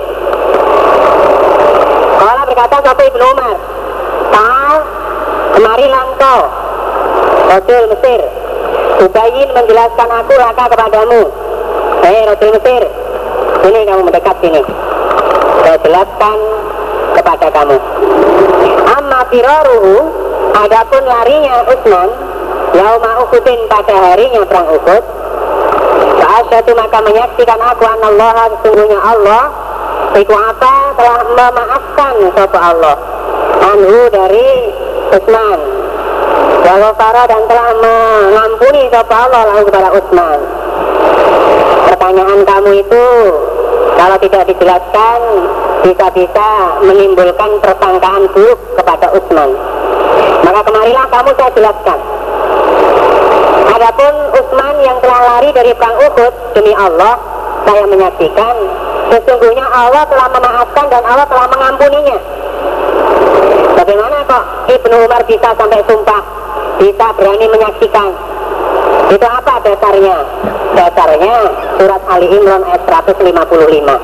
Kalau berkata sopo Ibnu Umar, "Ta'al, kemarilah engkau, Rasul Mesir, Ubayin menjelaskan aku laka kepadamu." Hei Rasul Mesir, ini kamu mendekat sini, saya jelaskan kepada kamu. Amma firaruhu, adapun larinya Utsman yauma Uhudin pada harinya perang Uhud, fa'asyhadu maka menyaksikan aku anallaha sesungguhnya Allah iku apa telah memaafkan sapa Allah anhu dari Utsman, wa ghafara dan telah mengampuni sapa Allah lahu kepada Utsman. Pertanyaan kamu itu kalau tidak dijelaskan bisa-bisa menimbulkan persangkaan buruk kepada Utsman. Maka kemarilah kamu saya jelaskan. Adapun Utsman yang telah lari dari perang Uhud, demi Allah saya menyaksikan sesungguhnya Allah telah memaafkan dan Allah telah mengampuninya. Bagaimana kok Ibnu Umar bisa sampai sumpah, bisa berani menyaksikan? Itu apa dasarnya? Dasarnya surat Ali Imran ayat seratus lima puluh lima.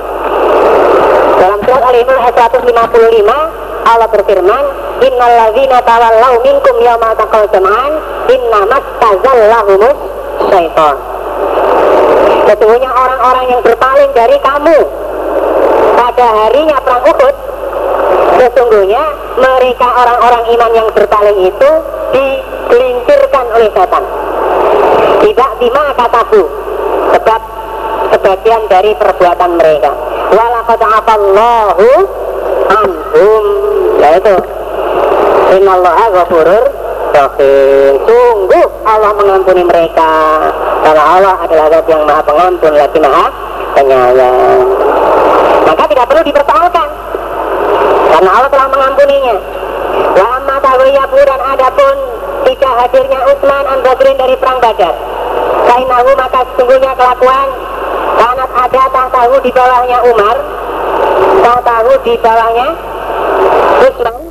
Dalam surat Ali Imran ayat seratus lima puluh lima Allah berfirman, innal ladzina tawallaw minkum yawmal taqal jam'an innamas tazallahumus syaitan. Sesungguhnya orang-orang yang berpaling dari kamu pada harinya perang Uhud, sesungguhnya mereka orang-orang iman yang berpaling itu digelincirkan oleh setan. Tidak bima katabu, sebab sebagian dari perbuatan mereka. Walaqad afallahu anhum, yaitu innallaha ghafurur rahim. Sungguh Allah mengampuni mereka, karena Allah adalah Zat yang Maha Pengampun lagi Maha Penyayang. Maka tidak perlu dipersoalkan, karena Allah telah mengampuninya. Wa amma tawiyabu, dan adapun tidak hadirnya Utsman an Badrin dari perang Badar, kainahu maka sesungguhnya kelakuan kanat ada tahtahu di bawahnya Umar, tahtahu di bawahnya Utsman,